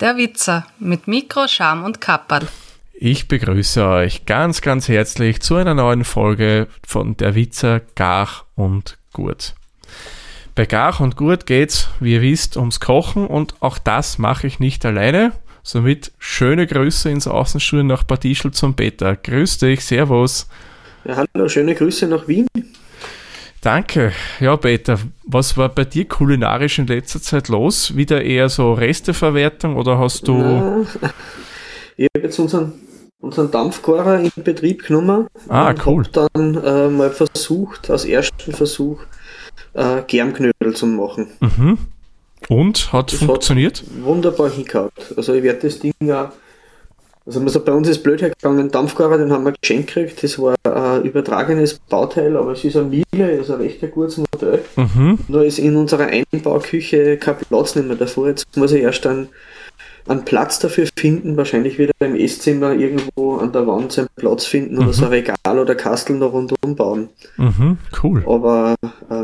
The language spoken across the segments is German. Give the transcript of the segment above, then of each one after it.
Der Witzer mit Mikro, Charme und Kapperl. Ich begrüße euch ganz, ganz herzlich zu einer neuen Folge von Der Witzer, Gach und Gurt. Bei Gach und Gurt geht's, wie ihr wisst, ums Kochen und auch das mache ich nicht alleine. Somit schöne Grüße ins Außenstudio nach Bad Ischl zum Peter. Grüß dich, servus. Ja, hallo, schöne Grüße nach Wien. Danke. Ja, Peter, was war bei dir kulinarisch in letzter Zeit los? Wieder eher so Resteverwertung oder hast du... Na, ich habe jetzt unseren Dampfkocher in Betrieb genommen. Cool. Und dann mal versucht, als ersten Versuch, Germknödel zu machen. Mhm. Und? Hat funktioniert? Hat wunderbar hingehauen. Also ich werde das Ding auch... Also bei uns ist blöd hergegangen, den Dampfkocher, den haben wir geschenkt gekriegt. Das war ein übertragenes Bauteil, aber es ist eine Miele, also ein recht gutes Modell. Mhm. Nur ist in unserer Einbauküche kein Platz nicht mehr davor. Jetzt muss ich erst einen Platz dafür finden, wahrscheinlich wieder im Esszimmer irgendwo an der Wand seinen Platz finden oder so ein Regal oder Kastel noch rundum bauen. Mhm, cool. Aber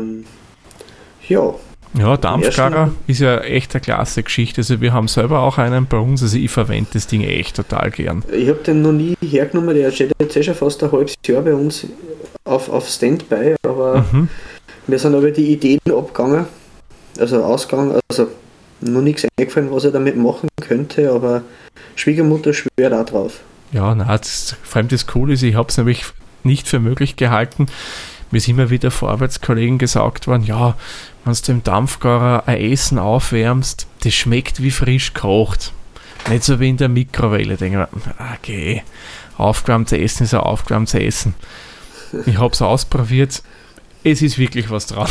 ja. Ja, Dampfkocher ist ja echt eine klasse Geschichte. Also wir haben selber auch einen bei uns, also ich verwende das Ding echt total gern. Ich habe den noch nie hergenommen, der steht jetzt schon fast ein halbes Jahr bei uns auf Standby, aber mir sind aber die Ideen abgegangen, also noch nichts eingefallen, was ich damit machen könnte, aber Schwiegermutter schwört auch drauf. Ja, vor allem das Coole ist, ich habe es nämlich nicht für möglich gehalten. Mir ist immer wieder von Arbeitskollegen gesagt worden, ja, wenn du im Dampfkocher ein Essen aufwärmst, das schmeckt wie frisch gekocht. Nicht so wie in der Mikrowelle. Ich denke mir, okay, aufgewärmtes Essen ist ein aufgewärmtes Essen. Ich habe es ausprobiert, es ist wirklich was dran.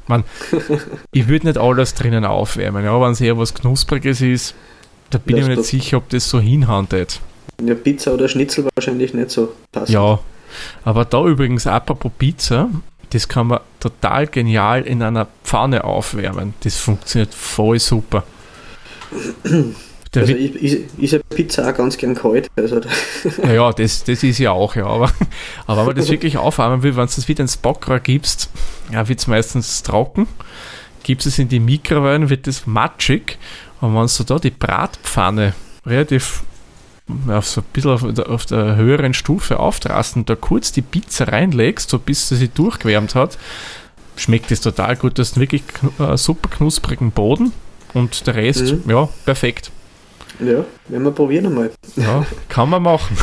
Ich würde nicht alles drinnen aufwärmen, ja, wenn es eher was Knuspriges ist, da bin ich mir nicht sicher, ob das so hinhandelt. Ja, Pizza oder Schnitzel wahrscheinlich nicht so passend. Ja, aber da übrigens, apropos Pizza, das kann man total genial in einer Pfanne aufwärmen. Das funktioniert voll super. Also ich isse Pizza auch ganz gern kalt. Also ja, das ist ja auch, ja. Aber wenn man das wirklich aufwärmen will, wenn du das wieder ins Backrohr gibst, ja, wird es meistens trocken. Gibst es in die Mikrowelle, wird das matschig. Und wenn du da die Bratpfanne relativ so ein bisschen auf der höheren Stufe auftrasten und da kurz die Pizza reinlegst, so bis sie sich durchgewärmt hat, schmeckt es total gut. Du hast wirklich super knusprigen Boden und der Rest, ja, perfekt. Ja, werden wir probieren einmal. Ja, kann man machen.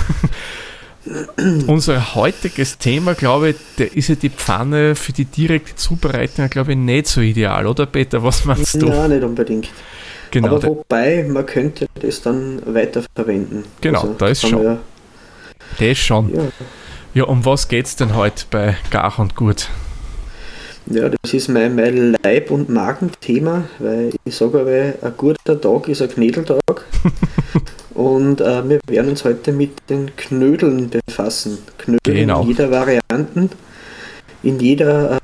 Unser heutiges Thema, glaube ich, da ist ja die Pfanne für die direkte Zubereitung, glaube ich, nicht so ideal, oder Peter? Was meinst du? Nein, nicht unbedingt. Genau, aber wobei, man könnte das dann weiterverwenden. Genau, also, da ist schon. Das ist schon. Ja, um was geht es denn heute bei Gach und Gurt? Ja, das ist mein Leib- und Magenthema, weil ich sage aber, ein guter Tag ist ein Knödeltag. Und wir werden uns heute mit den Knödeln befassen. Knödel in jeder Variante, in jeder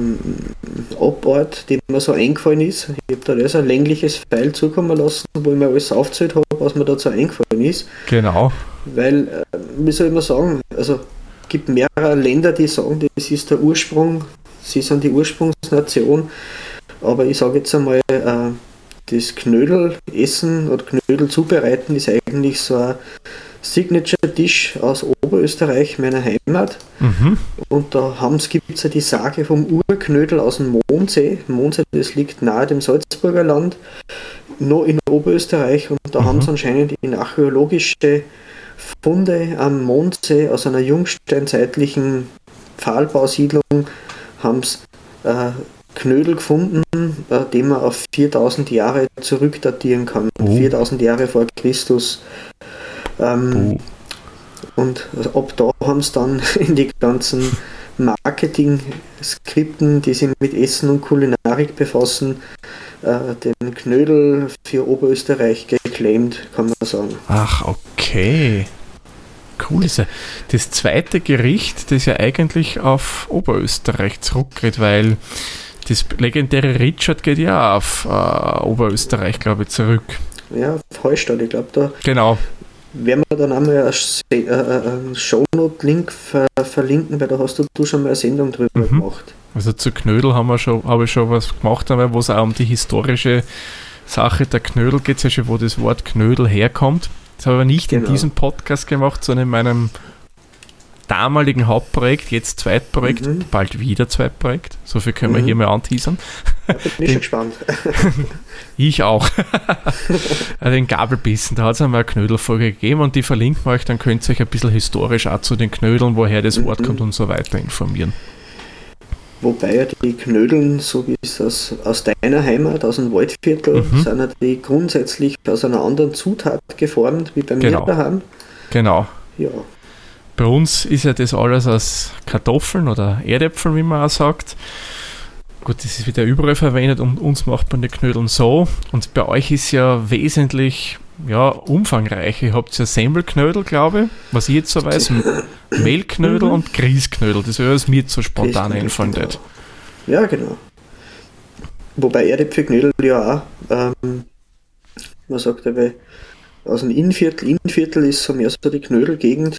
Abart, die mir so eingefallen ist. Ich habe da ein längliches Pfeil zukommen lassen, wo ich mir alles aufgezählt habe, was mir dazu eingefallen ist. Genau. Weil, wie soll ich mal sagen, also es gibt mehrere Länder, die sagen, das ist der Ursprung, sie sind die Ursprungsnation, aber ich sage jetzt einmal, das Knödel-Essen oder Knödel zubereiten ist eigentlich so ein Signature-Dish aus Oberösterreich, meiner Heimat. Und da gibt es ja die Sage vom Urknödel aus dem Mondsee. Mondsee, das liegt nahe dem Salzburger Land, noch in Oberösterreich. Und da haben sie anscheinend in archäologische Funde am Mondsee aus einer jungsteinzeitlichen Pfahlbausiedlung haben sie Knödel gefunden, die man auf 4000 Jahre zurückdatieren kann. 4000 Jahre vor Christus. Und ab da haben sie dann in die ganzen Marketing-Skripten, die sich mit Essen und Kulinarik befassen, den Knödel für Oberösterreich geclaimed, kann man sagen. Ach, okay. Cool ist ja. Das zweite Gericht, das ja eigentlich auf Oberösterreich zurückgeht, weil das legendäre Richard geht ja auf Oberösterreich, glaube ich, zurück. Ja, auf Heustadt, ich glaube, da genau. Werden wir dann einmal einen Shownote-Link verlinken, weil da hast du schon mal eine Sendung drüber gemacht. Also zu Knödel habe ich schon was gemacht, wo es auch um die historische Sache der Knödel geht es ja schon, wo das Wort Knödel herkommt. Das habe ich aber nicht in diesem Podcast gemacht, sondern in meinem damaligen Hauptprojekt, jetzt Zweitprojekt, bald wieder Zweitprojekt. So viel können wir hier mal anteasern. Ja, bin ich schon gespannt. Ich auch. Den Gabelbissen, da hat es einmal eine Knödelfolge gegeben und die verlinken wir euch, dann könnt ihr euch ein bisschen historisch auch zu den Knödeln, woher das Wort kommt und so weiter informieren. Wobei ja die Knödeln, so wie es aus deiner Heimat, aus dem Waldviertel, sind ja die grundsätzlich aus einer anderen Zutat geformt, wie bei mir daheim. Genau. Ja. Bei uns ist ja das alles aus Kartoffeln oder Erdäpfeln, wie man auch sagt. Gut, das ist wieder überall verwendet und uns macht man die Knödeln so. Und bei euch ist ja wesentlich umfangreich. Ihr habt ja Semmelknödel, glaube ich, was ich jetzt so weiß, Mehlknödel und Grießknödel. Das wäre mir so spontan einfallen. Genau. Ja, genau. Wobei Erdäpfelknödel ja auch, man sagt ja, weil aus dem Innviertel ist so mehr so die Knödelgegend,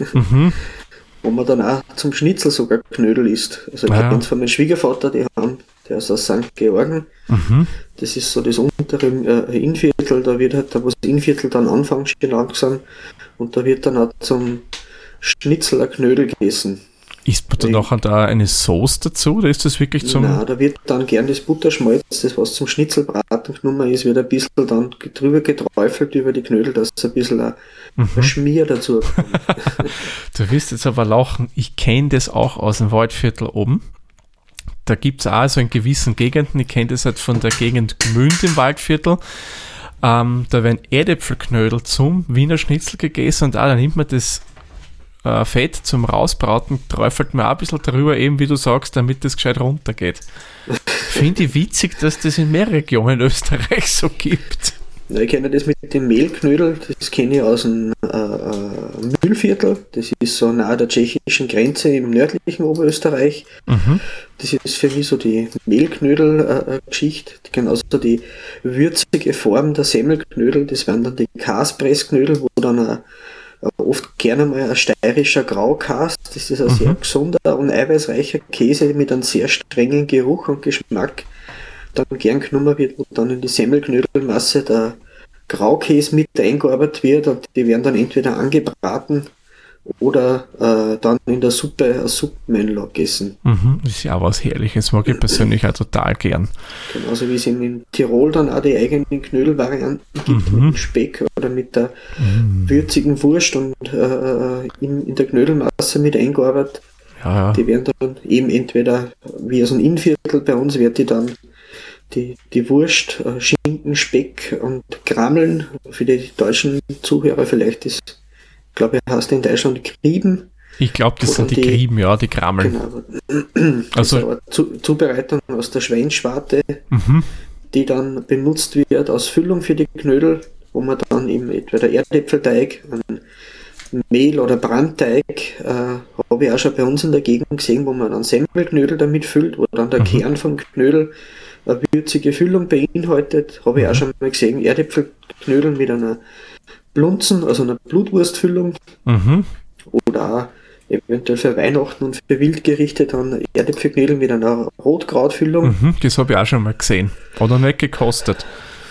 wo man dann auch zum Schnitzel sogar Knödel isst. Also ich kenne es von meinem Schwiegervater, der ist aus St. Georgen. Das ist so das untere Innviertel, da wird halt, da wo das Innviertel dann anfängt schon langsam, und da wird dann auch zum Schnitzel ein Knödel gegessen. Isst man dann nachher da eine Sauce dazu, oder ist das wirklich zum... Nein, da wird dann gern das Butterschmalz, das was zum Schnitzelbraten genommen ist, wird ein bisschen dann drüber geträufelt über die Knödel, dass es ein bisschen ein Schmier dazu kommt. Du wirst jetzt aber lachen, ich kenne das auch aus dem Waldviertel oben. Da gibt es auch so in gewissen Gegenden, ich kenne das halt von der Gegend Gmünd im Waldviertel, da werden Erdäpfelknödel zum Wiener Schnitzel gegessen und da nimmt man das Fett zum Rausbraten, träufelt man auch ein bisschen drüber, eben wie du sagst, damit das gescheit runtergeht. Finde ich witzig, dass das in mehreren Regionen in Österreich so gibt. Ja, ich kenne das mit dem Mehlknödel, das kenne ich aus dem Mühlviertel, das ist so nahe der tschechischen Grenze im nördlichen Oberösterreich. Das ist für mich so die Mehlknödel-Geschichte, genauso die würzige Form der Semmelknödel, das wären dann die Kaspressknödel, wo dann oft gerne mal ein steirischer Graukas, das ist ein sehr gesunder und eiweißreicher Käse mit einem sehr strengen Geruch und Geschmack, dann gern genommen wird, wo dann in die Semmelknödelmasse der Graukäse mit eingearbeitet wird und die werden dann entweder angebraten oder dann in der Suppe als Suppenmännl gegessen. Das ist ja auch was Herrliches, mag ich persönlich auch total gern. Genauso wie es in Tirol dann auch die eigenen Knödelvarianten gibt, mit dem Speck oder mit der würzigen Wurst und in der Knödelmasse mit eingearbeitet. Ja. Die werden dann eben entweder, wie aus einem Innviertel bei uns, wird die dann die Wurst, Schinken, Speck und Krammeln, für die deutschen Zuhörer vielleicht ist, glaube ich, heißt in Deutschland Krieben. Ich glaube, das sind die Krieben, ja, die Krammeln. Genau. Also eine Zubereitung aus der Schweinsschwarte, die dann benutzt wird als Füllung für die Knödel, wo man dann eben entweder Erdäpfelteig, Mehl- oder Brandteig, habe ich auch schon bei uns in der Gegend gesehen, wo man dann Semmelknödel damit füllt, wo dann der Kern vom Knödel eine würzige Füllung beinhaltet. Habe ich auch schon mal gesehen, Erdäpfelknödel mit einer Blunzen, also einer Blutwurstfüllung. Oder auch eventuell für Weihnachten und für Wildgerichte dann Erdäpfelknödel mit einer Rotkrautfüllung. Das habe ich auch schon mal gesehen. Oder nicht gekostet.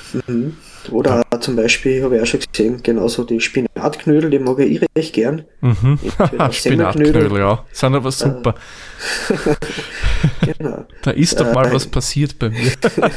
Oder auch zum Beispiel, habe ich auch schon gesehen, genauso die Spinatknödel, die mag ich recht gern. Spinatknödel, ja. Sind aber super. Genau. Da ist doch mal was passiert bei mir.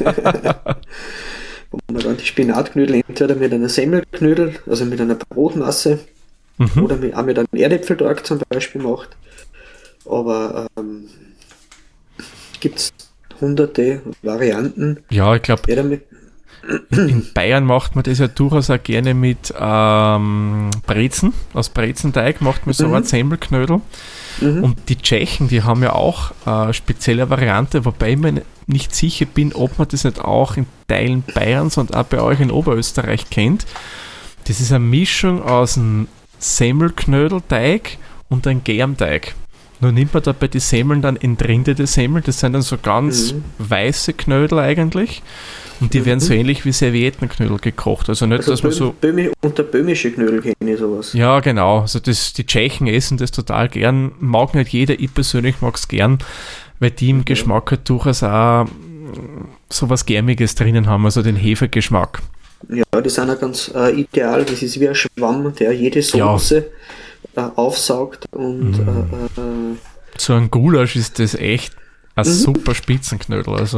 Wo man dann die Spinatknödel entweder mit einer Semmelknödel, also mit einer Brotmasse, oder auch mit einem Erdäpfelteig zum Beispiel macht. Aber gibt es hunderte Varianten. Ja, ich glaube, in Bayern macht man das ja durchaus auch gerne mit Brezen, aus Brezenteig macht man so eine Semmelknödel. Und die Tschechen, die haben ja auch eine spezielle Variante, wobei ich mir nicht sicher bin, ob man das nicht auch in Teilen Bayerns und auch bei euch in Oberösterreich kennt. Das ist eine Mischung aus einem Semmelknödelteig und einem Germteig. Nur nimmt man da bei den Semmeln dann entrindete Semmeln, das sind dann so ganz weiße Knödel eigentlich. Und die werden so ähnlich wie Serviettenknödel gekocht. Also nicht, dass man so... Unter böhmische Knödel kenne ich sowas. Ja, genau. Also die Tschechen essen das total gern. Mag nicht jeder, ich persönlich mag es gern, weil die im Geschmack halt durchaus auch so was Germiges drinnen haben, also den Hefegeschmack. Ja, die sind ja ganz ideal. Das ist wie ein Schwamm, der jede Soße aufsaugt. Und so ein Gulasch ist das echt ein super Spitzenknödel. Also.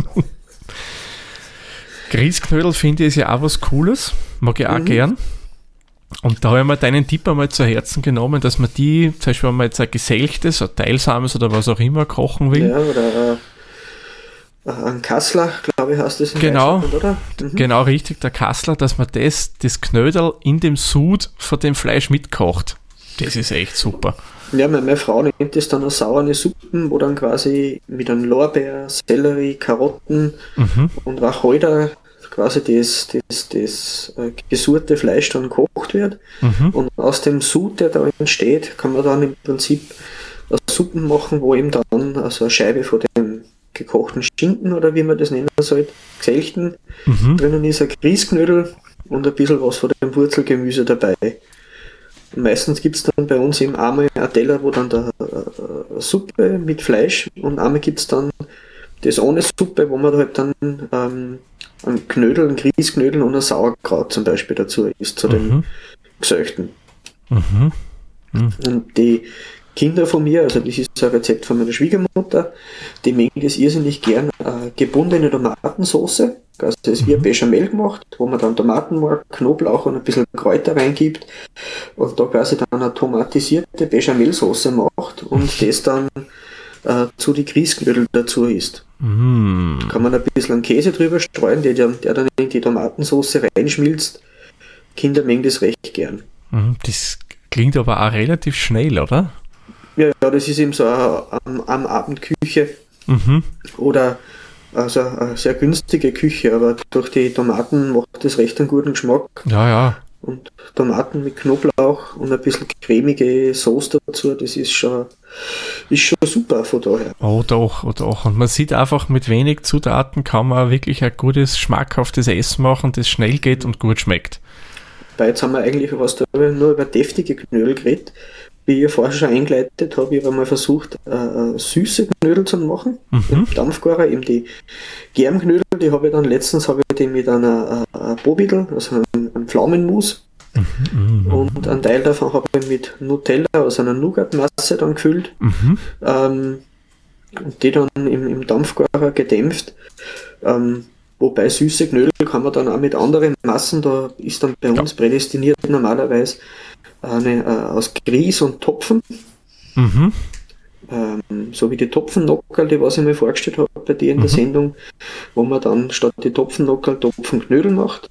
Grießknödel finde ich ist ja auch was Cooles. Mag ich auch gern. Und da habe ich mir deinen Tipp einmal zu Herzen genommen, dass man die, zum Beispiel wenn man jetzt ein geselchtes, ein teilsames oder was auch immer kochen will. Ja, oder ein Kassler, glaube ich, heißt das in Deutschland, oder? Genau, richtig, der Kassler, dass man das Knödel in dem Sud von dem Fleisch mitkocht. Das ist echt super. Ja, meine Frau nennt das dann eine saure Suppen, wo dann quasi mit einem Lorbeer, Sellerie, Karotten und Wacholder quasi das gesurte Fleisch dann gekocht wird. Und aus dem Sud, der da entsteht, kann man dann im Prinzip Suppen machen, wo eben dann also eine Scheibe von dem gekochten Schinken oder wie man das nennen soll, geselchten, drinnen ist ein Grießknödel und ein bisschen was von dem Wurzelgemüse dabei. Und meistens gibt es dann bei uns eben einmal einen Teller, wo dann da Suppe mit Fleisch und einmal gibt es dann das ohne Suppe, wo man halt dann einen Knödel, einen Grießknödel und ein Sauerkraut zum Beispiel dazu isst, zu dem Gesäuchten. Und die Kinder von mir, also das ist ein Rezept von meiner Schwiegermutter, die mögen das irrsinnig gern, gebundene Tomatensauce, also das ist wie ein Bechamel gemacht, wo man dann Tomatenmark, Knoblauch und ein bisschen Kräuter reingibt und da quasi dann eine tomatisierte Bechamelsauce macht und das dann zu die Grießknödel dazu isst. Kann man ein bisschen Käse drüber streuen, der dann in die Tomatensauce reinschmilzt. Kinder mögen das recht gern. Das klingt aber auch relativ schnell, oder? Ja, das ist eben so eine am Abendküche oder also eine sehr günstige Küche, aber durch die Tomaten macht das recht einen guten Geschmack. Ja. Und Tomaten mit Knoblauch und ein bisschen cremige Sauce dazu, das ist schon super von daher. Oh doch. Und man sieht einfach, mit wenig Zutaten kann man wirklich ein gutes, schmackhaftes Essen machen, das schnell geht und gut schmeckt. Weil jetzt haben wir eigentlich nur über deftige Knödel geredet. Wie ich vorher schon eingeleitet habe, ich habe einmal versucht, süße Knödel zu machen. Im Dampfgarer, eben die Germknödel, die habe ich dann letztens mit einer Bobidl, also einem Pflaumenmus. Und einen Teil davon habe ich mit Nutella, also einer Nougatmasse dann gefüllt. Und die dann im Dampfgarer gedämpft. Wobei süße Knödel kann man dann auch mit anderen Massen, da ist dann bei uns prädestiniert normalerweise aus Grieß und Topfen. So wie die Topfennockerl, die was ich mir vorgestellt habe bei dir in der Sendung, wo man dann statt die Topfennockerl Topfenknödel macht.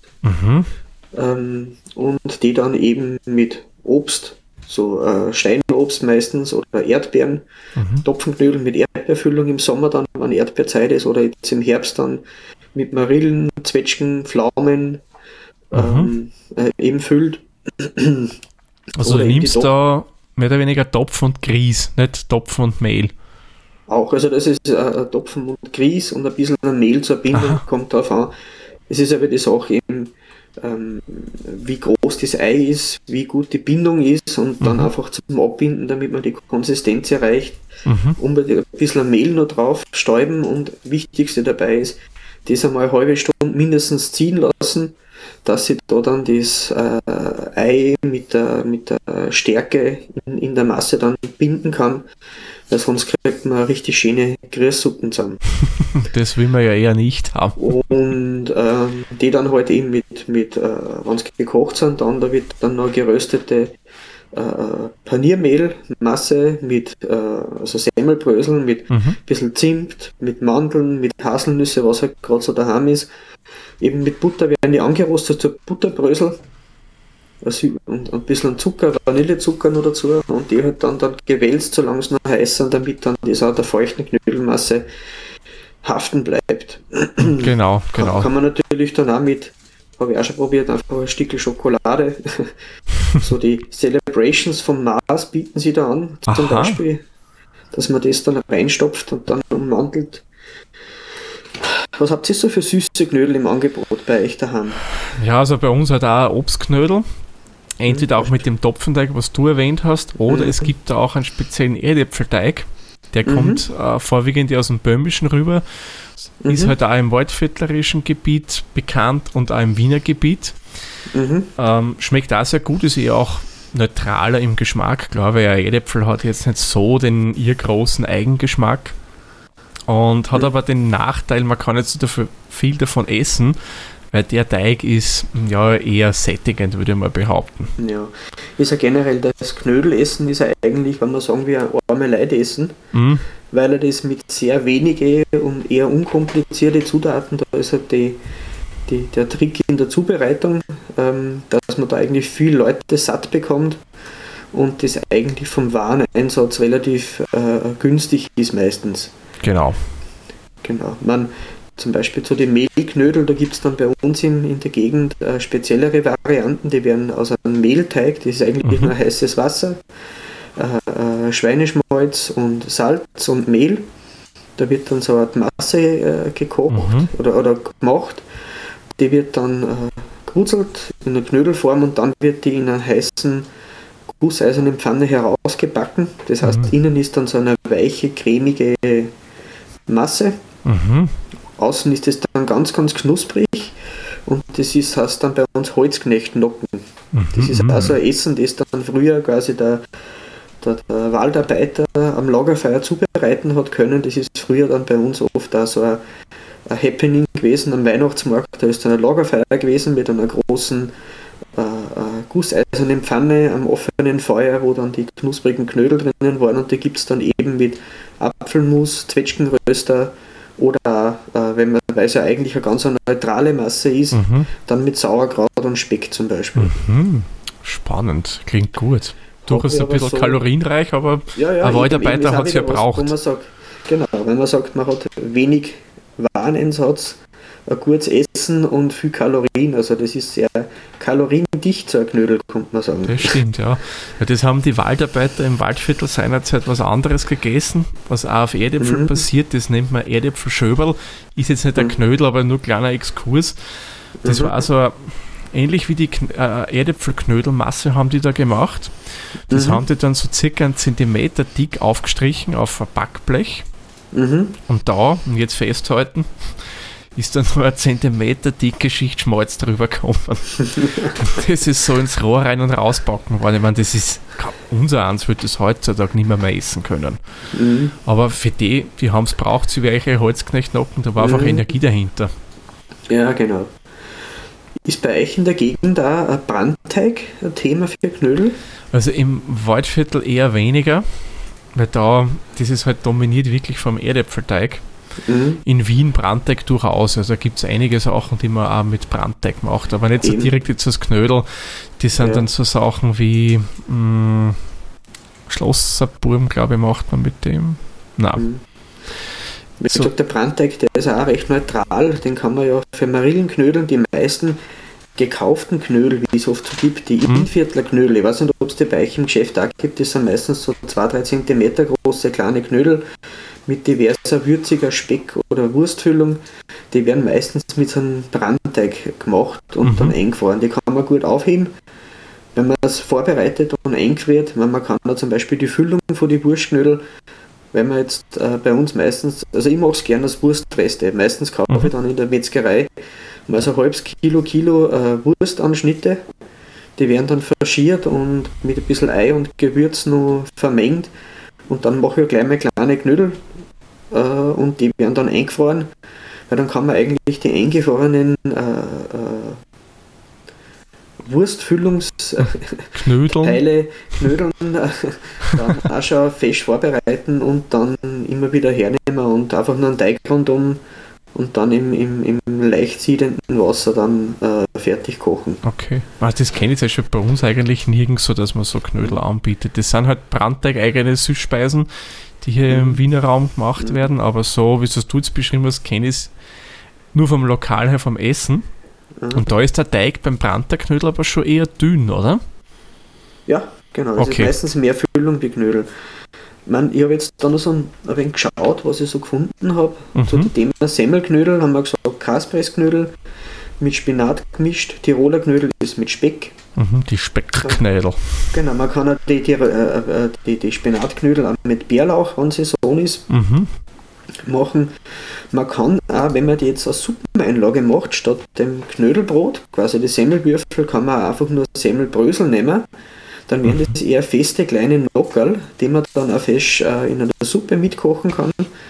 Und die dann eben mit Obst, so Steinobst meistens oder Erdbeeren, Topfenknödel mit Erdbeerfüllung im Sommer dann, wenn Erdbeerzeit ist, oder jetzt im Herbst dann mit Marillen, Zwetschgen, Pflaumen eben füllt. Also du nimmst da mehr oder weniger Topf und Grieß, nicht Topfen und Mehl. Auch, also das ist Topfen und Grieß und ein bisschen Mehl zur Bindung, kommt darauf an. Es ist aber die Sache eben, wie groß das Ei ist, wie gut die Bindung ist und dann einfach zum Abbinden, damit man die Konsistenz erreicht. Unbedingt ein bisschen Mehl noch drauf stäuben und Wichtigste dabei ist, das einmal eine halbe Stunde mindestens ziehen lassen, dass sich da dann das Ei mit der Stärke in der Masse dann binden kann, weil sonst kriegt man richtig schöne Grießsuppen zusammen. Das will man ja eher nicht haben. Und die dann halt eben wenn sie gekocht sind, da wird dann noch geröstete Paniermehlmasse mit also Semmelbröseln mit bisschen Zimt, mit Mandeln, mit Haselnüsse, was halt gerade so daheim ist. Eben mit Butter werden die angerostet zu Butterbrösel und ein bisschen Zucker, Vanillezucker noch dazu und die halt dann gewälzt, solange es noch heiß sind, damit dann das auch der feuchten Knödelmasse haften bleibt. Genau. Kann man natürlich dann auch mit, habe ich auch schon probiert, einfach ein Stückchen Schokolade. So die Celebrations vom Mars bieten sie da an, zum Beispiel, dass man das dann reinstopft und dann ummantelt. Was habt ihr so für süße Knödel im Angebot bei euch daheim? Ja, also bei uns halt auch Obstknödel. Entweder auch mit dem Topfenteig, was du erwähnt hast, oder es gibt da auch einen speziellen Erdäpfelteig. Der kommt vorwiegend aus dem Böhmischen rüber. ist halt auch im waldviertlerischen Gebiet bekannt und auch im Wiener Gebiet. Schmeckt auch sehr gut, ist auch neutraler im Geschmack, glaube ich. Ein Erdäpfel hat jetzt nicht so den ihr großen Eigengeschmack und hat aber den Nachteil, man kann jetzt dafür viel davon essen, weil der Teig ist ja eher sättigend, würde ich mal behaupten. Ja, ist ja generell das Knödelessen ist ja eigentlich, wenn man sagen, wie ein arme Leute essen, weil er das mit sehr wenige und eher unkomplizierte Zutaten, da ist halt der Trick in der Zubereitung, dass man da eigentlich viele Leute satt bekommt und das eigentlich vom Wareneinsatz relativ günstig ist meistens. Genau. Zum Beispiel zu den Mehlknödel, da gibt es dann bei uns in der Gegend speziellere Varianten, die werden aus einem Mehlteig, das ist eigentlich nur heißes Wasser, Schweineschmalz und Salz und Mehl. Da wird dann so eine Masse gekocht oder gemacht. Die wird dann gewurzelt in der Knödelform und dann wird die in einer heißen, gusseisernen Pfanne herausgebacken. Das heißt, innen ist dann so eine weiche, cremige Masse. Außen ist es dann ganz, ganz knusprig und das heißt dann bei uns Holzknechtnocken. Das ist also ein Essen, das dann früher quasi der Waldarbeiter am Lagerfeuer zubereiten hat können. Das ist früher dann bei uns oft auch so ein Happening gewesen am Weihnachtsmarkt. Da ist dann ein Lagerfeuer gewesen mit einer großen gusseisernen Pfanne am offenen Feuer, wo dann die knusprigen Knödel drinnen waren und die gibt es dann eben mit Apfelmus, Zwetschgenröster oder weil es ja eigentlich eine ganz neutrale Masse ist, dann mit Sauerkraut und Speck zum Beispiel. Spannend, klingt gut. Durchaus ein bisschen so kalorienreich, aber ein Waldarbeiter hat es ja braucht. Wenn man sagt, man hat wenig Wareneinsatz, ein gutes Essen und viel Kalorien, also das ist sehr kaloriendicht, so ein Knödel, könnte man sagen. Das stimmt, ja. Das haben die Waldarbeiter im Waldviertel seinerzeit was anderes gegessen, was auch auf Erdäpfel passiert, das nennt man Erdäpfelschöberl, ist jetzt nicht ein Knödel, aber nur ein kleiner Exkurs. Das war also ähnlich wie die Erdäpfelknödelmasse haben die da gemacht. Das haben die dann so circa 1 Zentimeter dick aufgestrichen auf ein Backblech. Und da, und jetzt festhalten, ist dann nur 1 Zentimeter dicke Schicht Schmalz drüber gekommen. Das ist so ins Rohr rein und rausbacken worden. Ich meine, das ist unser eins, wird das heutzutage nicht mehr essen können. Aber für die haben es braucht, sie welche Holzknechtnocken, da war einfach Energie dahinter. Ja, genau. Ist bei euch in der Gegend da ein Brandteig ein Thema für Knödel? Also im Waldviertel eher weniger, weil das ist halt dominiert wirklich vom Erdäpfelteig. In Wien Brandteig durchaus, also da gibt es einige Sachen, die man auch mit Brandteig macht, aber nicht so direkt jetzt das Knödel, die sind dann so Sachen wie Schlosserburm, glaube ich, macht man mit dem. Nein. Wie gesagt, der Brandteig, der ist auch recht neutral, den kann man ja für Marillenknödel, die meisten gekauften Knödel, wie es oft so gibt, die Innviertler Knödel, ich weiß nicht, ob es die bei euch im Geschäft auch gibt, das sind meistens so 2-3 Zentimeter große kleine Knödel mit diverser würziger Speck- oder Wurstfüllung, die werden meistens mit so einem Brandteig gemacht und dann eingefroren. Die kann man gut aufheben, wenn man es vorbereitet und eingefriert. Man kann da zum Beispiel die Füllung von die Wurstknödel, wenn man jetzt bei uns meistens, also ich mag es gerne als Wurstreste, meistens kaufe ich dann in der Metzgerei mal so ein halbes Kilo Wurstanschnitte, die werden dann faschiert und mit ein bisschen Ei und Gewürz noch vermengt und dann mache ich gleich mal kleine Knödel und die werden dann eingefroren, weil dann kann man eigentlich die eingefrorenen Wurstfüllungsteile, Knödeln dann auch schon fest vorbereiten und dann immer wieder hernehmen und einfach nur einen Teig rundum und dann im leicht siedenden Wasser dann fertig kochen. Okay. Das kenne ich ja schon bei uns eigentlich nirgends so, dass man so Knödel anbietet. Das sind halt Brandteig-eigene Süßspeisen, die hier im Wiener Raum gemacht werden, aber so, wie du jetzt beschrieben hast, kenne ich es nur vom Lokal her, vom Essen. Und da ist der Teig beim Brandteigknödel aber schon eher dünn, oder? Ja, genau. Das ist meistens mehr Füllung wie Knödel. Ich habe jetzt da noch so ein wenig geschaut, was ich so gefunden habe. Zu dem Thema Semmelknödel haben wir gesagt, Kaspressknödel mit Spinat gemischt. Tiroler Knödel ist mit Speck. Die Speckknödel. Genau, man kann auch die Spinatknödel auch mit Bärlauch, wenn Saison ist. machen. Man kann auch, wenn man die jetzt als Suppeneinlage macht, statt dem Knödelbrot, quasi die Semmelwürfel, kann man auch einfach nur Semmelbrösel nehmen. Dann werden das eher feste kleine Nockerl, die man dann auch fest in einer Suppe mitkochen kann.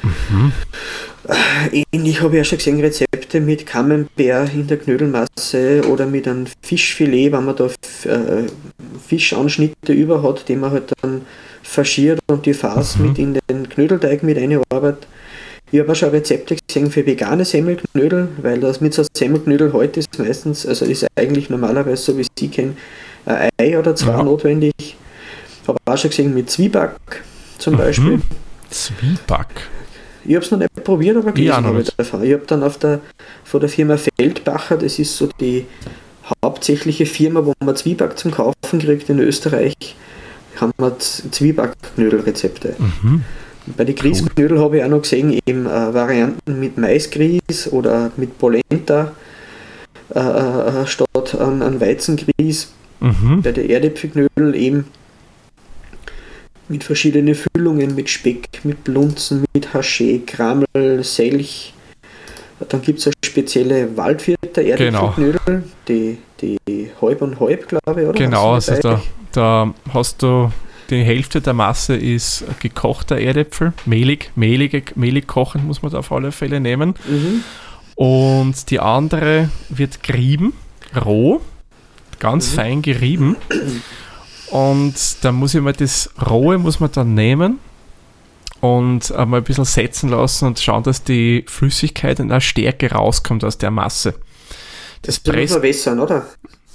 Ähnlich habe ich ja schon gesehen, Rezepte mit Camembert in der Knödelmasse oder mit einem Fischfilet, wenn man da Fischanschnitte über hat, die man halt dann faschiert und die Farce mit in den Knödelteig mit einarbeitet. Ich habe auch schon Rezepte gesehen für vegane Semmelknödel, weil das mit so Semmelknödel heute ist meistens, also ist eigentlich normalerweise, so wie Sie kennen, ein Ei oder zwei notwendig. Habe auch schon gesehen mit Zwieback zum Beispiel. Zwieback? Ich habe es noch nicht probiert, aber gelesen habe ich davon. Ich habe dann von der Firma Feldbacher, das ist so die hauptsächliche Firma, wo man Zwieback zum Kaufen kriegt in Österreich, haben wir Zwieback-Knödelrezepte. Bei den Grießknödel habe ich auch noch gesehen, eben Varianten mit Maisgrieß oder mit Polenta statt an Weizengrieß. Bei den Erdäpfelknödel eben mit verschiedenen Füllungen, mit Speck, mit Blunzen, mit Haché, Krammel, Selch. Dann gibt es eine spezielle Waldvierter Erdäpfelknödel, die Halb und Halb, glaube ich, oder? Genau, also da hast du die Hälfte der Masse ist gekochter Erdäpfel, mehlig kochen muss man da auf alle Fälle nehmen. Und die andere wird gerieben, roh, ganz fein gerieben. Und dann muss ich mal das Rohe muss man dann nehmen und mal ein bisschen setzen lassen und schauen, dass die Flüssigkeit und auch Stärke rauskommt aus der Masse. Das presst verwässern, oder?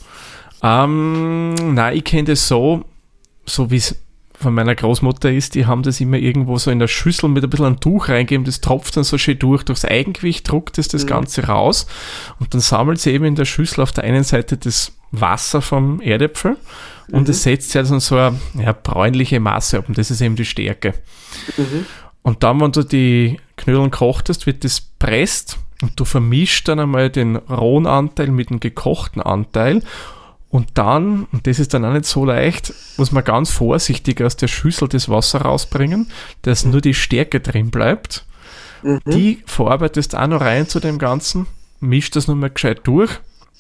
Nein, ich kenne das so wie es von meiner Großmutter ist, die haben das immer irgendwo so in der Schüssel mit ein bisschen ein Tuch reingeben, das tropft dann so schön durchs Eigengewicht, druckt es das Ganze raus und dann sammelt sie eben in der Schüssel auf der einen Seite das Wasser vom Erdäpfel und es setzt sich also so eine bräunliche Masse ab und das ist eben die Stärke. Und dann, wenn du die Knödeln kochtest, wird das presst und du vermischst dann einmal den rohen Anteil mit dem gekochten Anteil. Und dann, und das ist dann auch nicht so leicht, muss man ganz vorsichtig aus der Schüssel das Wasser rausbringen, dass nur die Stärke drin bleibt. Die verarbeitest auch noch rein zu dem Ganzen, mischt das nochmal gescheit durch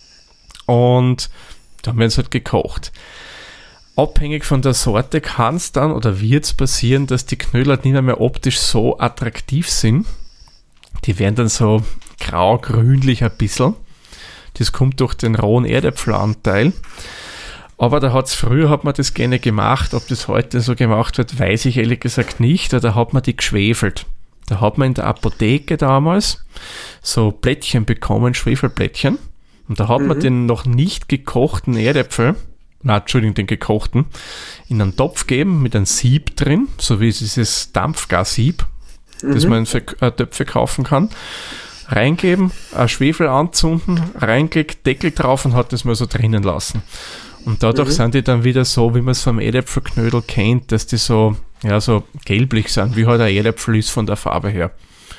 und dann wird es halt gekocht. Abhängig von der Sorte kann es dann oder wird es passieren, dass die Knödel halt nicht mehr optisch so attraktiv sind. Die werden dann so grau-grünlich ein bisschen. Das kommt durch den rohen Erdäpfelanteil. Aber früher hat man das gerne gemacht. Ob das heute so gemacht wird, weiß ich ehrlich gesagt nicht. Da hat man die geschwefelt. Da hat man in der Apotheke damals so Plättchen bekommen, Schwefelplättchen. Und da hat man den noch nicht gekochten Erdäpfel, den gekochten, in einen Topf gegeben mit einem Sieb drin, so wie dieses Dampfgassieb, das man für Töpfe kaufen kann. Reingeben, ein Schwefel anzünden, reingelegt, Deckel drauf und hat das mal so drinnen lassen. Und dadurch sind die dann wieder so, wie man es vom Erdäpfelknödel kennt, dass die so gelblich sind, wie halt ein Erdäpfel ist von der Farbe her.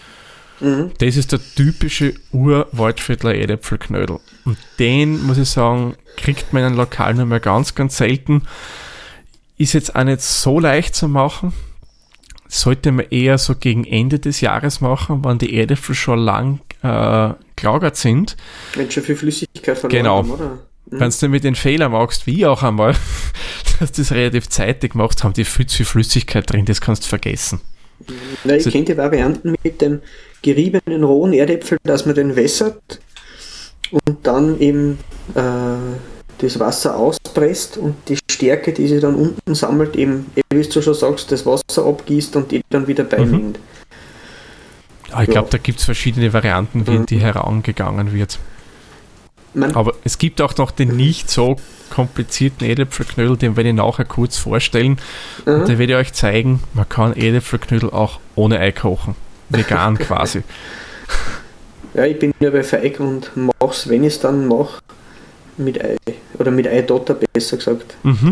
Das ist der typische Ur-Waldviertler Erdäpfelknödel. Und den, muss ich sagen, kriegt man in einem Lokal nur mehr ganz, ganz selten. Ist jetzt auch nicht so leicht zu machen. Sollte man eher so gegen Ende des Jahres machen, wenn die Erdäpfel schon lang gelagert sind. Wenn schon viel Flüssigkeit verloren haben, oder? Wenn du mit den Fehler machst, wie auch einmal, dass du das relativ zeitig machst, haben die viel zu viel Flüssigkeit drin, das kannst du vergessen. Na, ich kenne die Varianten mit dem geriebenen rohen Erdäpfel, dass man den wässert und dann eben das Wasser auspresst und die Stärke, die sich dann unten sammelt, eben, wie du schon sagst, das Wasser abgießt und die dann wieder beimengt. Ja, ich glaube, da gibt es verschiedene Varianten, wie in die herangegangen wird. Aber es gibt auch noch den nicht so komplizierten Erdäpfelknödel, den werde ich nachher kurz vorstellen. Und da werde ich euch zeigen, man kann Erdäpfelknödel auch ohne Ei kochen. Vegan quasi. Ja, ich bin ja bei Feig und mach's, wenn ich es dann mache, mit Ei. Oder mit Eidotter, besser gesagt.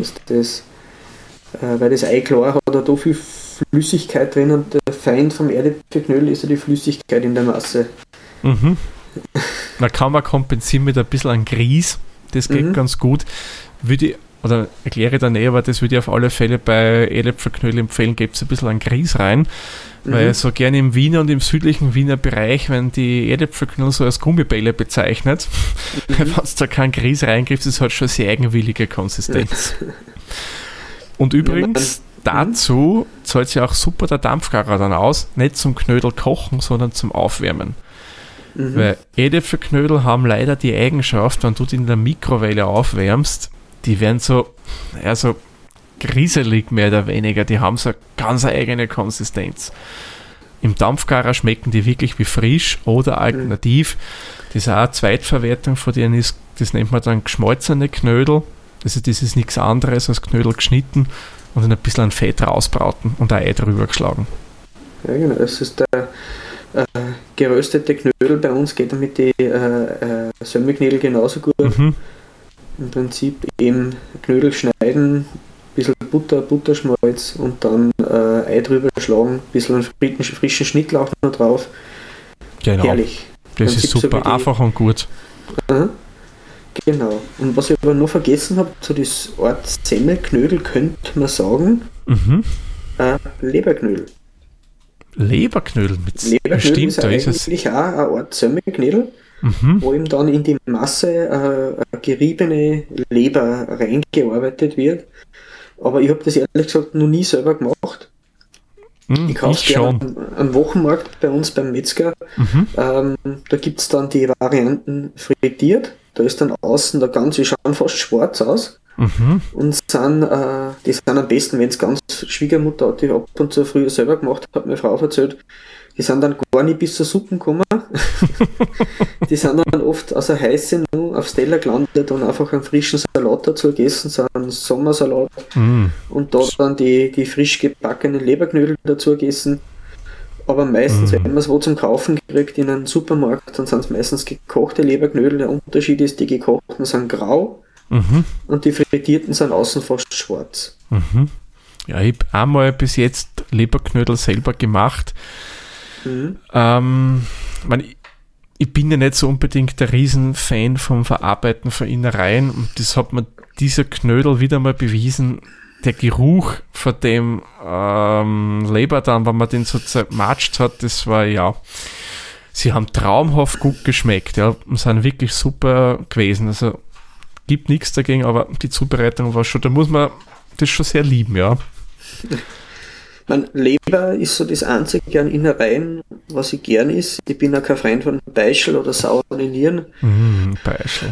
Weil das Ei klar hat da viel Flüssigkeit drin und der Feind vom Erdäpfelknödel ist ja die Flüssigkeit in der Masse. Da kann man kompensieren mit ein bisschen an Grieß. Das geht ganz gut. Würde ich oder erkläre dann aber das würde ich auf alle Fälle bei Edelpferdknödel empfehlen, gebt ein bisschen an Grieß rein, weil so gerne im Wiener und im südlichen Wiener Bereich, wenn die Edelpferdknödel so als Gummibälle bezeichnet, wenn es da kein Grieß reingibst, das hat schon sehr eigenwillige Konsistenz. Und übrigens, dazu zahlt sich auch super der Dampfgarer dann aus, nicht zum Knödel kochen, sondern zum Aufwärmen. Weil Edelpferdknödel haben leider die Eigenschaft, wenn du die in der Mikrowelle aufwärmst, die werden so grieselig mehr oder weniger, die haben so eine ganz eigene Konsistenz. Im Dampfgarer schmecken die wirklich wie frisch oder alternativ. Das ist auch eine Zweitverwertung von denen ist, das nennt man dann geschmolzene Knödel. Also das ist nichts anderes als Knödel geschnitten und dann ein bisschen an Fett rausbraten und ein Ei drüber geschlagen. Ja genau, das ist der geröstete Knödel bei uns, geht mit den Semmelknödel genauso gut. Im Prinzip eben Knödel schneiden, ein bisschen Butterschmalz und dann Ei drüber schlagen, ein bisschen frischen Schnittlauch noch drauf. Genau. Herrlich. Das ist super, so einfach und gut. Genau. Und was ich aber noch vergessen habe, so das Art Semmelknödel könnte man sagen, Leberknödel. Leberknödel ist eigentlich auch eine Art Semmelknödel, wo eben dann in die Masse geriebene Leber reingearbeitet wird. Aber ich habe das ehrlich gesagt noch nie selber gemacht. Ich kaufe es gerne am Wochenmarkt bei uns beim Metzger. Da gibt es dann die Varianten frittiert. Da ist dann außen der ganze, die schauen fast schwarz aus. Und die sind am besten, wenn es ganz Schwiegermutter hat, die ab und zu früher selber gemacht hat, meine Frau erzählt, die sind dann gar nicht bis zur Suppe gekommen. Die sind dann oft aus der Heiße nur aufs Teller gelandet und einfach einen frischen Salat dazu gegessen, so einen Sommersalat. Und da dann die frisch gebackenen Leberknödel dazu gegessen. Aber meistens, wenn man es wo zum Kaufen kriegt in einem Supermarkt, dann sind es meistens gekochte Leberknödel. Der Unterschied ist, die gekochten sind grau und die frittierten sind außen fast schwarz. Ja, ich habe einmal bis jetzt Leberknödel selber gemacht. Ich bin ja nicht so unbedingt der Riesenfan vom Verarbeiten von Innereien und das hat mir dieser Knödel wieder mal bewiesen. Der Geruch von dem Leber dann, wenn man den so zermatscht hat, das war sie haben traumhaft gut geschmeckt, und sind wirklich super gewesen. Also gibt nichts dagegen, aber die Zubereitung war schon, da muss man das schon sehr lieben, ja. Leber ist so das einzige an Innereien, was ich gern ist. Ich bin auch kein Freund von Beischl oder sauren Nieren. Beischl.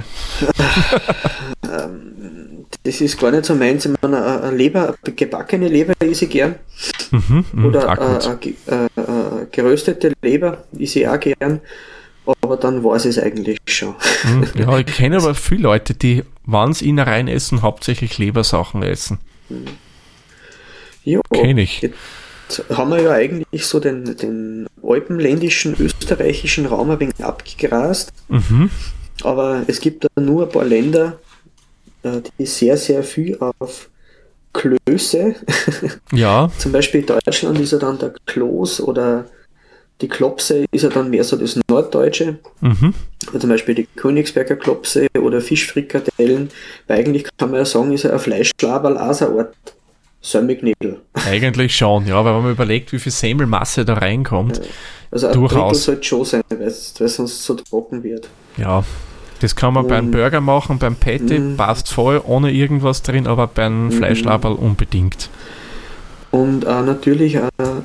Das ist gar nicht so meins. Ich meine, eine Leber, eine gebackene Leber isse ich gern. Oder eine geröstete Leber isse ich auch gern. Aber dann weiß ich es eigentlich schon. Ja, ich kenne aber viele Leute, die, wenn sie Innereien essen, hauptsächlich Lebersachen essen. Ja, kenne ich. Jetzt haben wir ja eigentlich so den alpenländischen, österreichischen Raum ein wenig abgegrast. Aber es gibt da nur ein paar Länder, die sehr, sehr viel auf Klöße. Ja. Zum Beispiel Deutschland ist ja dann der Kloß oder die Klopse ist ja dann mehr so das Norddeutsche. Zum Beispiel die Königsberger Klopse oder Fischfrikadellen. Weil eigentlich kann man ja sagen, ist ja ein Fleischlaberl auch so eine Art Semmelknödel. Eigentlich schon, ja, weil wenn man überlegt, wie viel Semmelmasse da reinkommt. Also ein durchaus. Drittel sollte schon sein, weil sonst so trocken wird. Ja, das kann man beim Burger machen, beim Patty passt voll, ohne irgendwas drin, aber beim Fleischlaberl unbedingt. Und natürlich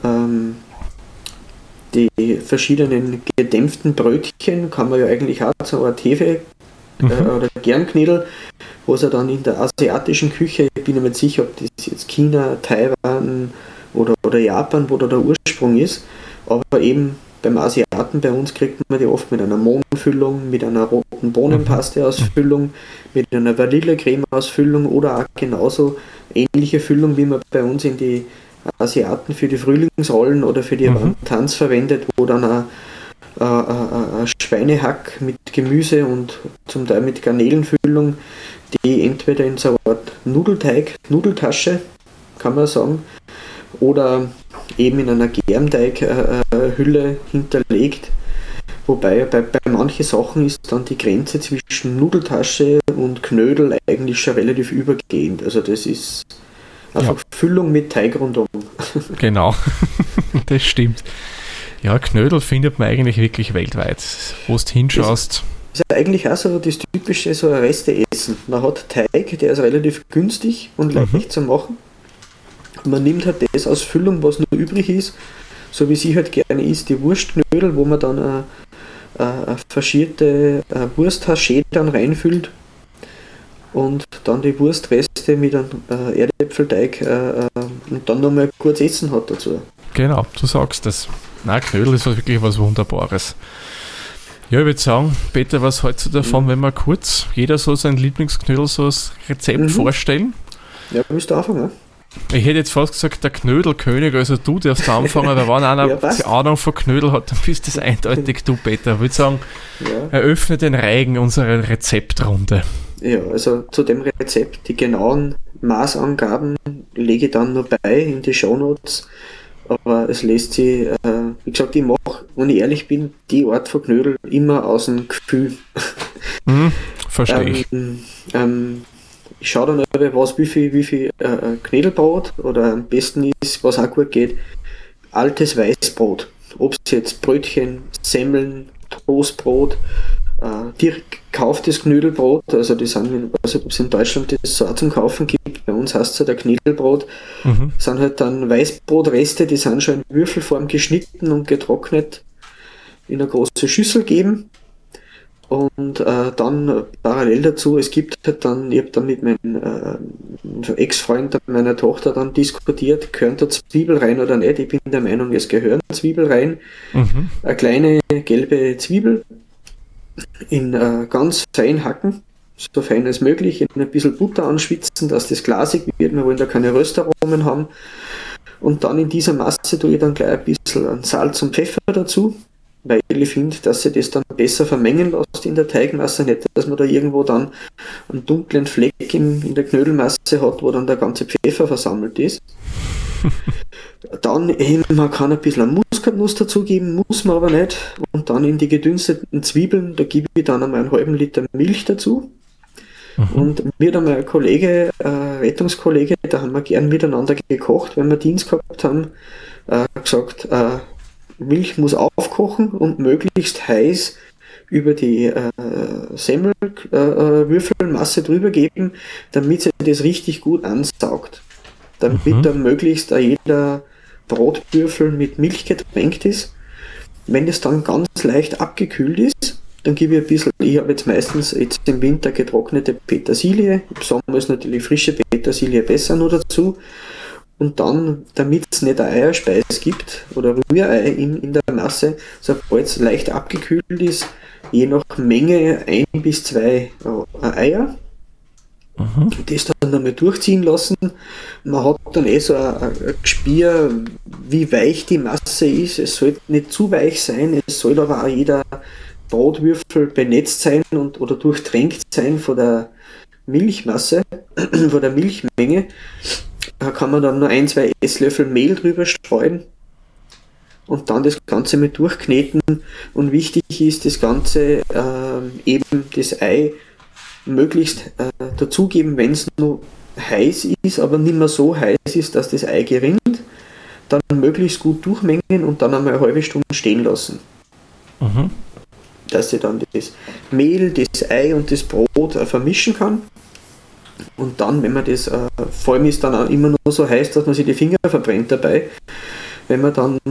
die verschiedenen gedämpften Brötchen kann man ja eigentlich auch zu einer Hefe oder Germknödel, wo es ja dann in der asiatischen Küche, ich bin mir nicht sicher, ob das jetzt China, Taiwan oder Japan, wo da der Ursprung ist, aber eben beim Asiaten bei uns kriegt man die oft mit einer Mohnfüllung, mit einer roten Bohnenpaste-Ausfüllung, mit einer Vanillecreme-Ausfüllung oder auch genauso ähnliche Füllung, wie man bei uns in die Asiaten für die Frühlingsrollen oder für die Wontans verwendet, wo dann ein Schweinehack mit Gemüse und zum Teil mit Garnelenfüllung, die entweder in so einer Art Nudeltasche, kann man sagen, oder eben in einer Germteighülle hinterlegt. Wobei bei manchen Sachen ist dann die Grenze zwischen Nudeltasche und Knödel eigentlich schon relativ übergehend. Also das ist einfach Füllung mit Teig rundum. Genau, das stimmt. Ja, Knödel findet man eigentlich wirklich weltweit. Wo du hinschaust. Das ist eigentlich auch so das typische so ein Resteessen. Man hat Teig, der ist relativ günstig und leicht zu machen. Und man nimmt halt das als Füllung, was noch übrig ist, so wie sie halt gerne isst, die Wurstknödel, wo man dann eine faschierte Wursthaché dann reinfüllt und dann die Wurstreste mit einem Erdäpfelteig und dann nochmal kurz Essen hat dazu. Genau, du sagst das. Nein, Knödel ist wirklich was Wunderbares. Ja, ich würde sagen, Peter, was hältst du davon, wenn wir kurz jeder so sein Lieblingsknödel so als Rezept vorstellen? Ja, willst du anfangen? Ich hätte jetzt fast gesagt, der Knödelkönig, also du darfst anfangen, weil wenn einer die Ahnung von Knödel hat, dann bist das eindeutig du, Peter. Ich würde sagen, eröffne den Reigen unserer Rezeptrunde. Ja, also zu dem Rezept, die genauen Maßangaben lege ich dann noch bei in die Shownotes. Aber es lässt sich, wie gesagt, ich mache, wenn ich ehrlich bin, die Art von Knödel immer aus dem Gefühl. Verstehe ich. Ich schaue dann aber, wie viel Knödelbrot oder am besten ist, was auch gut geht, altes Weißbrot. Ob es jetzt Brötchen, Semmeln, Toastbrot, direkt gekauftes Knödelbrot, also die sind, ich weiß nicht, ob es in Deutschland das so auch zum Kaufen gibt, bei uns heißt es halt ein Knödelbrot, sind halt dann Weißbrotreste, die sind schon in Würfelform geschnitten und getrocknet in eine große Schüssel geben und dann parallel dazu, es gibt halt dann, ich habe dann mit meinem Ex-Freund meiner Tochter dann diskutiert, gehören da Zwiebel rein oder nicht, ich bin der Meinung, es gehören Zwiebel rein, eine kleine gelbe Zwiebel, in ganz fein hacken, so fein als möglich, in ein bisschen Butter anschwitzen, dass das glasig wird, wir wollen da keine Röstaromen haben und dann in dieser Masse tue ich dann gleich ein bisschen Salz und Pfeffer dazu, weil ich finde, dass sich das dann besser vermengen lässt in der Teigmasse, nicht, dass man da irgendwo dann einen dunklen Fleck in der Knödelmasse hat, wo dann der ganze Pfeffer versammelt ist. Dann man kann ein bisschen Muskatnuss dazugeben, muss man aber nicht. Und dann in die gedünsteten Zwiebeln, da gebe ich dann einmal einen halben Liter Milch dazu. Und mir dann mein Kollege, Rettungskollege, da haben wir gern miteinander gekocht, wenn wir Dienst gehabt haben, gesagt, Milch muss aufkochen und möglichst heiß über die Semmelwürfelmasse drüber geben, damit sie das richtig gut ansaugt. Damit dann möglichst jeder Brotwürfel mit Milch getränkt ist. Wenn es dann ganz leicht abgekühlt ist, dann gebe ich ein bisschen, ich habe jetzt meistens jetzt im Winter getrocknete Petersilie, im Sommer ist natürlich frische Petersilie besser nur dazu. Und dann, damit es nicht eine Eierspeis gibt oder Rührei in der Masse, sobald es leicht abgekühlt ist, je nach Menge 1 bis 2 Eier. Das dann einmal durchziehen lassen. Man hat dann so ein Gespür, wie weich die Masse ist. Es sollte nicht zu weich sein, es soll aber auch jeder Brotwürfel benetzt sein oder durchtränkt sein von der Milchmasse, von der Milchmenge. Da kann man dann nur 1-2 Esslöffel Mehl drüber streuen und dann das Ganze mit durchkneten. Und wichtig ist das Ganze eben das Ei möglichst dazugeben, wenn es nur heiß ist, aber nicht mehr so heiß ist, dass das Ei gerinnt, dann möglichst gut durchmengen und dann einmal eine halbe Stunde stehen lassen. Dass ich dann das Mehl, das Ei und das Brot vermischen kann. Und dann, wenn man das, vor allem ist dann auch immer noch so heiß, dass man sich die Finger verbrennt dabei, wenn man dann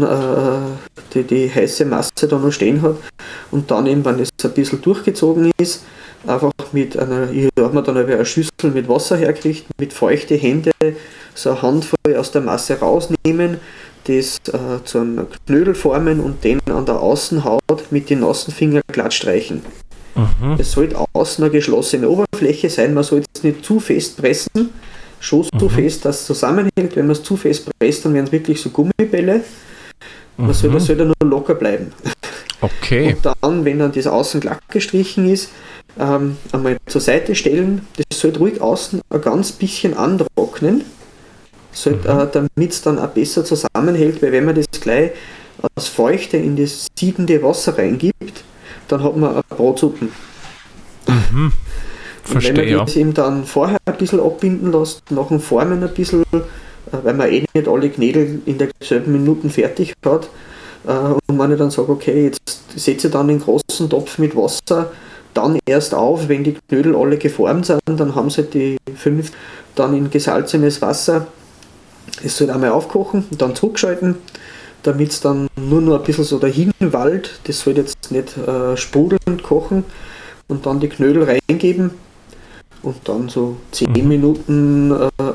die heiße Masse da noch stehen hat und dann eben, wenn es ein bisschen durchgezogen ist, einfach ich habe mir dann eine Schüssel mit Wasser hergekriegt, mit feuchte Hände so eine Handvoll aus der Masse rausnehmen, das zu einem Knödel formen und den an der Außenhaut mit den nassen Fingern glatt streichen. Es sollte außen eine geschlossene Oberfläche sein, man soll es nicht zu fest pressen, schon so fest, dass es zusammenhält. Wenn man es zu fest presst, dann werden es wirklich so Gummibälle. Das soll dann nur locker bleiben. Okay. Und dann, wenn dann das außen glatt gestrichen ist, einmal zur Seite stellen. Das sollte ruhig außen ein ganz bisschen antrocknen, damit es dann auch besser zusammenhält, weil wenn man das gleich als Feuchte in das siedende Wasser reingibt, dann hat man eine Brotsuppe. Verstehe, wenn man das eben dann vorher ein bisschen abbinden lässt, nach dem Formen ein bisschen, weil man nicht alle Knödel in derselben Minuten fertig hat, und wenn ich dann sage, okay, jetzt setze ich dann den großen Topf mit Wasser, dann erst auf, wenn die Knödel alle geformt sind, dann haben sie die 5 dann in gesalzenes Wasser, es soll einmal aufkochen und dann zurückschalten, damit es dann nur noch ein bisschen so dahin wallt, das soll jetzt nicht sprudelnd kochen, und dann die Knödel reingeben und dann so 10 Minuten,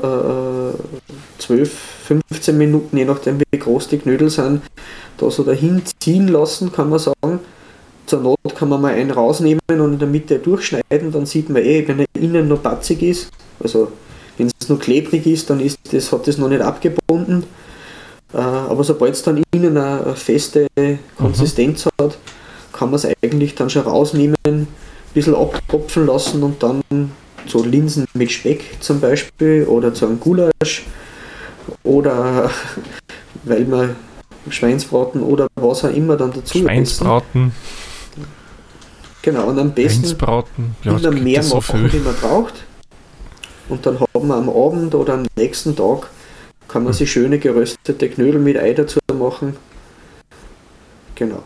12, 15 Minuten, je nachdem wie groß die Knödel sind, da so dahin ziehen lassen, kann man sagen. Zur Not kann man mal einen rausnehmen und in der Mitte durchschneiden, dann sieht man wenn er innen noch patzig ist, also wenn es noch klebrig ist, dann hat das noch nicht abgebunden. Aber sobald es dann innen eine feste Konsistenz hat, kann man es eigentlich dann schon rausnehmen, ein bisschen abtropfen lassen und dann so Linsen mit Speck zum Beispiel oder zu einem Gulasch oder weil man Schweinsbraten oder was auch immer dann dazu Schweinsbraten. Essen. Genau, und am besten immer mehr so machen, wie man braucht. Und dann haben wir am Abend oder am nächsten Tag kann man sich schöne geröstete Knödel mit Ei dazu machen. Genau.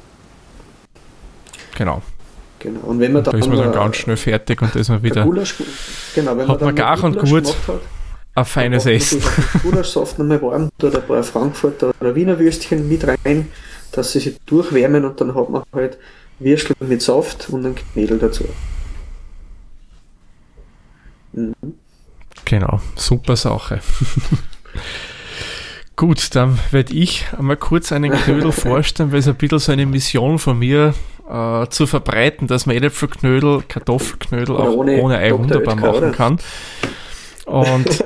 Und wenn man da ist man dann ganz schnell fertig und da ist man wieder. Gulasch, genau, wenn hat man gar und gut ein feines Essen. Gulaschsaft nochmal warm, tut ein paar Frankfurter oder Wiener Würstchen mit rein, dass sie sich durchwärmen, und dann hat man halt Würstel mit Saft und ein Knödel dazu. Genau, super Sache. Gut, dann werde ich einmal kurz einen Knödel vorstellen, weil es ein bisschen so eine Mission von mir zu verbreiten, dass man Äpfelknödel, Kartoffelknödel auch ohne Ei wunderbar machen kann. Und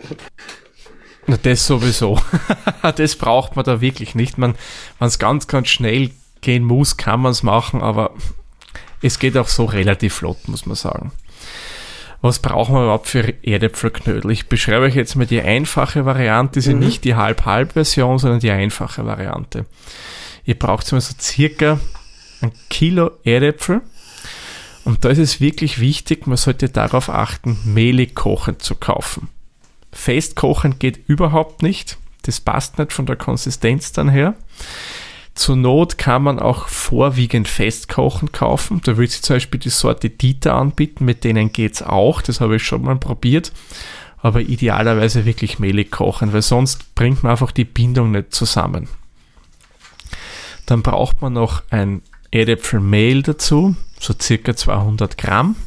das sowieso. Das braucht man da wirklich nicht. Wenn es ganz, ganz schnell gehen muss, kann man es machen, aber es geht auch so relativ flott, muss man sagen. Was brauchen wir überhaupt für Erdäpfelknödel? Ich beschreibe euch jetzt mal die einfache Variante, ist nicht die Halb-Halb-Version, sondern die einfache Variante. Ihr braucht so circa 1 Kilo Erdäpfel, und da ist es wirklich wichtig, man sollte darauf achten, mehlig kochend zu kaufen. Fest kochend geht überhaupt nicht, das passt nicht von der Konsistenz dann her. Zur Not kann man auch vorwiegend festkochend kaufen. Da würde ich zum Beispiel die Sorte Dieter anbieten, mit denen geht es auch. Das habe ich schon mal probiert. Aber idealerweise wirklich mehlig kochen, weil sonst bringt man einfach die Bindung nicht zusammen. Dann braucht man noch ein Erdäpfelmehl dazu, so circa 200 Gramm.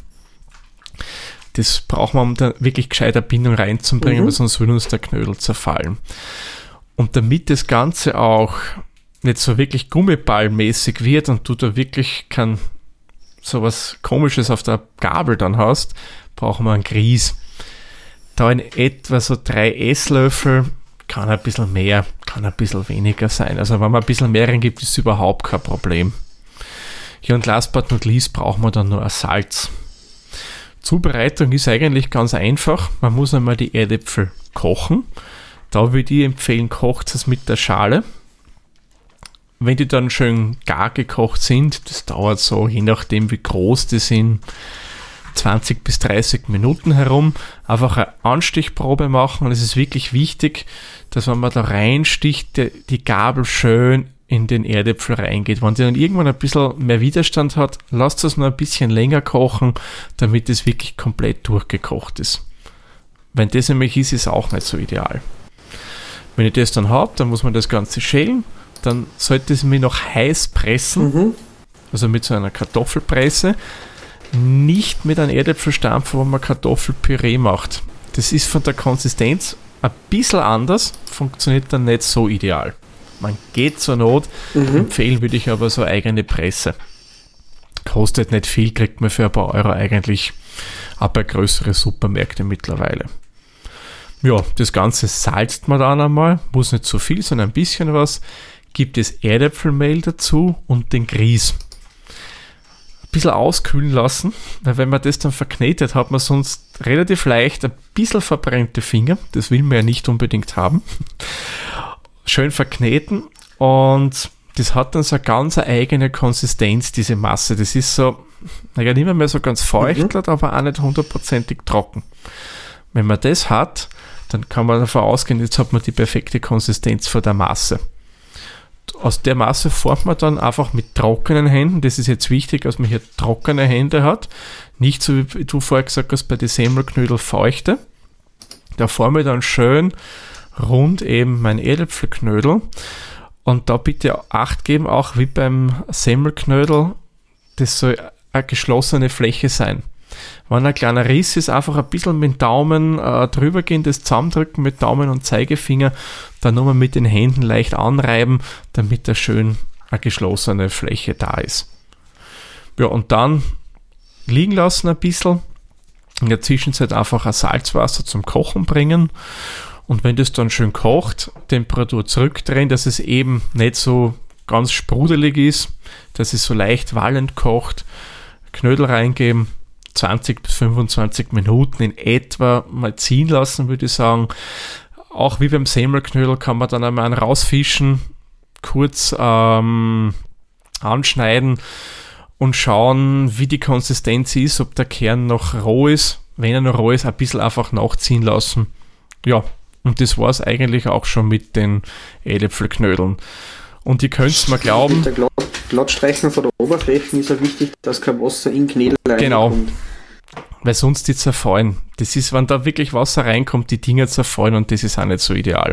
Das braucht man, um da wirklich gescheite Bindung reinzubringen, weil sonst würde uns der Knödel zerfallen. Und damit das Ganze auch nicht so wirklich gummiballmäßig wird und du da wirklich so was Komisches auf der Gabel dann hast, brauchen wir einen Grieß. Da in etwa so 3 Esslöffel, kann ein bisschen mehr, kann ein bisschen weniger sein. Also wenn man ein bisschen mehr reingibt, ist überhaupt kein Problem. Ja, und last but not least brauchen wir dann nur ein Salz. Zubereitung ist eigentlich ganz einfach. Man muss einmal die Erdäpfel kochen. Da würde ich empfehlen, kocht es mit der Schale. Wenn die dann schön gar gekocht sind, das dauert so, je nachdem wie groß die sind, 20 bis 30 Minuten herum, einfach eine Anstichprobe machen. Und es ist wirklich wichtig, dass wenn man da reinsticht, die Gabel schön in den Erdäpfel reingeht. Wenn die dann irgendwann ein bisschen mehr Widerstand hat, lasst es nur ein bisschen länger kochen, damit es wirklich komplett durchgekocht ist. Wenn das nämlich ist es auch nicht so ideal. Wenn ich das dann habe, dann muss man das Ganze schälen. Dann sollte es mir noch heiß pressen, also mit so einer Kartoffelpresse, nicht mit einem Erdäpfelstampfer, wo man Kartoffelpüree macht. Das ist von der Konsistenz ein bisschen anders, funktioniert dann nicht so ideal. Man geht zur Not, empfehlen würde ich aber so eine eigene Presse. Kostet nicht viel, kriegt man für ein paar Euro eigentlich auch bei größeren Supermärkten mittlerweile. Ja, das Ganze salzt man dann einmal, muss nicht so viel, sondern ein bisschen was. Gibt es Erdäpfelmehl dazu und den Grieß. Ein bisschen auskühlen lassen, weil wenn man das dann verknetet, hat man sonst relativ leicht ein bisschen verbrannte Finger. Das will man ja nicht unbedingt haben. Schön verkneten und das hat dann so eine ganz eigene Konsistenz, diese Masse. Das ist so, naja, nicht mehr so ganz feucht, aber auch nicht hundertprozentig trocken. Wenn man das hat, dann kann man davon ausgehen, jetzt hat man die perfekte Konsistenz von der Masse. Aus der Masse formt man dann einfach mit trockenen Händen. Das ist jetzt wichtig, dass man hier trockene Hände hat. Nicht so wie du vorher gesagt hast, bei den Semmelknödel feuchte. Da forme ich dann schön rund eben mein Edelpflknödel. Und da bitte Acht geben, auch wie beim Semmelknödel, das soll eine geschlossene Fläche sein. Wenn ein kleiner Riss ist, einfach ein bisschen mit dem Daumen drüber gehen, das zusammendrücken mit Daumen und Zeigefinger, dann nur mal mit den Händen leicht anreiben, damit da schön eine geschlossene Fläche da ist. Ja, und dann liegen lassen ein bisschen, in der Zwischenzeit einfach ein Salzwasser zum Kochen bringen. Und wenn das dann schön kocht, Temperatur zurückdrehen, dass es eben nicht so ganz sprudelig ist, dass es so leicht wallend kocht, Knödel reingeben, 20 bis 25 Minuten in etwa mal ziehen lassen, würde ich sagen. Auch wie beim Semmelknödel kann man dann einmal rausfischen, kurz anschneiden und schauen, wie die Konsistenz ist, ob der Kern noch roh ist. Wenn er noch roh ist, ein bisschen einfach nachziehen lassen. Ja, und das war es eigentlich auch schon mit den Edelpflknödeln. Und ihr könnt es mir glauben... Mit der Glattstreichen von der Oberfläche ist ja wichtig, dass kein Wasser in Knödel reinkommt. Genau, weil sonst die zerfallen. Das ist, wenn da wirklich Wasser reinkommt, die Dinger zerfallen und das ist auch nicht so ideal.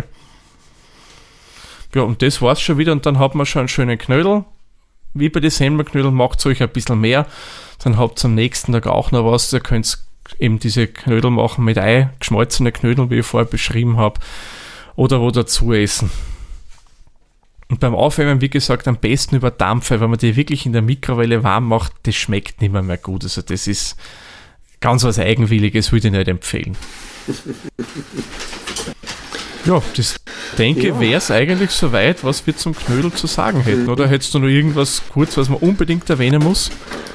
Ja, und das war's schon wieder und dann hat man schon einen schönen Knödel. Wie bei den Semmelknödeln, macht es euch ein bisschen mehr. Dann habt ihr am nächsten Tag auch noch was. Ihr könnt eben diese Knödel machen mit Ei, geschmolzene Knödel, wie ich vorher beschrieben habe, oder wo dazu essen. Und beim Aufwärmen, wie gesagt, am besten über Dampf, weil wenn man die wirklich in der Mikrowelle warm macht, das schmeckt nicht mehr gut. Also das ist ganz was Eigenwilliges, würde ich nicht empfehlen. Ja, das denke, wäre es eigentlich soweit, was wir zum Knödel zu sagen hätten. Oder hättest du noch irgendwas kurz, was man unbedingt erwähnen muss?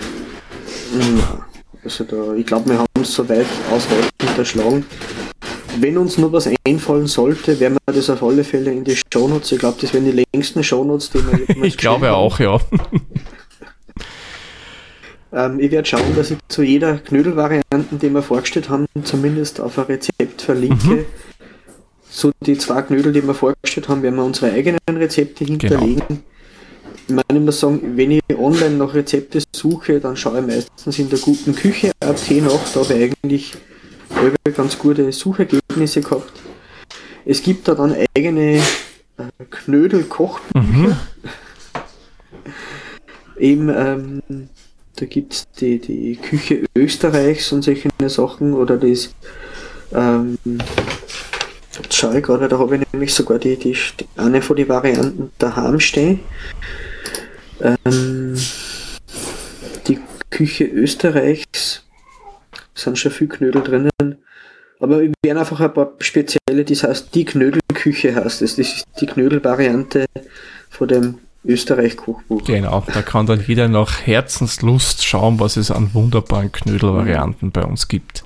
Also ich glaube, wir haben es soweit ausreichend erschlagen. Wenn uns nur was einfallen sollte, werden wir das auf alle Fälle in die Shownotes. Ich glaube, das wären die längsten Shownotes, die wir jemals Ich glaube auch, ja. Ich werde schauen, dass ich zu jeder Knödelvariante, die wir vorgestellt haben, zumindest auf ein Rezept verlinke. So die 2 Knödel, die wir vorgestellt haben, werden wir unsere eigenen Rezepte hinterlegen. Genau. Ich meine, ich muss sagen, wenn ich online nach Rezepte suche, dann schaue ich meistens in der guten Küche.at nach. Da habe ich eigentlich ganz gute Suchergebnisse gehabt. Es gibt da dann eigene Knödel-Kochbücher. Eben, da gibt es die Küche Österreichs und solche Sachen oder das, jetzt schaue ich gerade, da habe ich nämlich sogar die eine von den Varianten daheim stehen. Die Küche Österreichs sind schon viel Knödel drinnen. Aber wir werden einfach ein paar spezielle, das heißt die Knödelküche heißt es. Das ist die Knödelvariante von dem Österreich-Kochbuch. Genau, da kann dann jeder nach Herzenslust schauen, was es an wunderbaren Knödelvarianten bei uns gibt.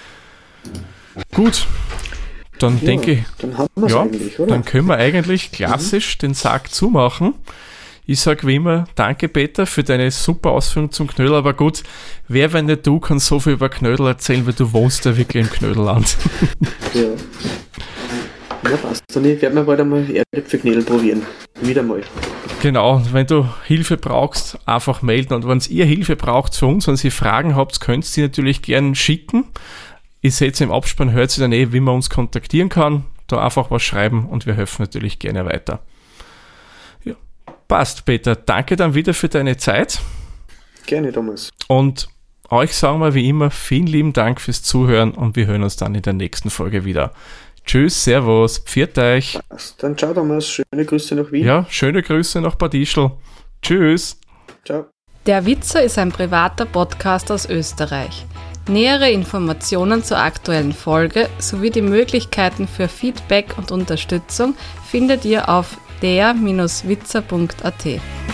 Gut, dann denke ich, dann haben wir es eigentlich, oder? Dann können wir eigentlich klassisch den Sack zumachen. Ich sage wie immer, danke Peter für deine super Ausführung zum Knödel, aber gut, wer, wenn nicht du, kann so viel über Knödel erzählen, weil du wohnst ja wirklich im Knödelland. Ja, passt. Dann werden wir bald einmal Erdäpfelknödel probieren. Wieder mal. Genau, wenn du Hilfe brauchst, einfach melden. Und wenn ihr Hilfe braucht für uns, wenn ihr Fragen habt, könnt ihr natürlich gerne schicken. Ihr seht im Abspann, hört ihr dann wie man uns kontaktieren kann. Da einfach was schreiben und wir helfen natürlich gerne weiter. Ja, passt, Peter. Danke dann wieder für deine Zeit. Gerne, Thomas. Und euch sagen wir wie immer vielen lieben Dank fürs Zuhören und wir hören uns dann in der nächsten Folge wieder. Tschüss, Servus, pfiat euch. Dann ciao, Thomas. Schöne Grüße nach Wien. Ja, schöne Grüße nach Bad Ischl. Tschüss. Ciao. Der Witzer ist ein privater Podcast aus Österreich. Nähere Informationen zur aktuellen Folge sowie die Möglichkeiten für Feedback und Unterstützung findet ihr auf der-witzer.at.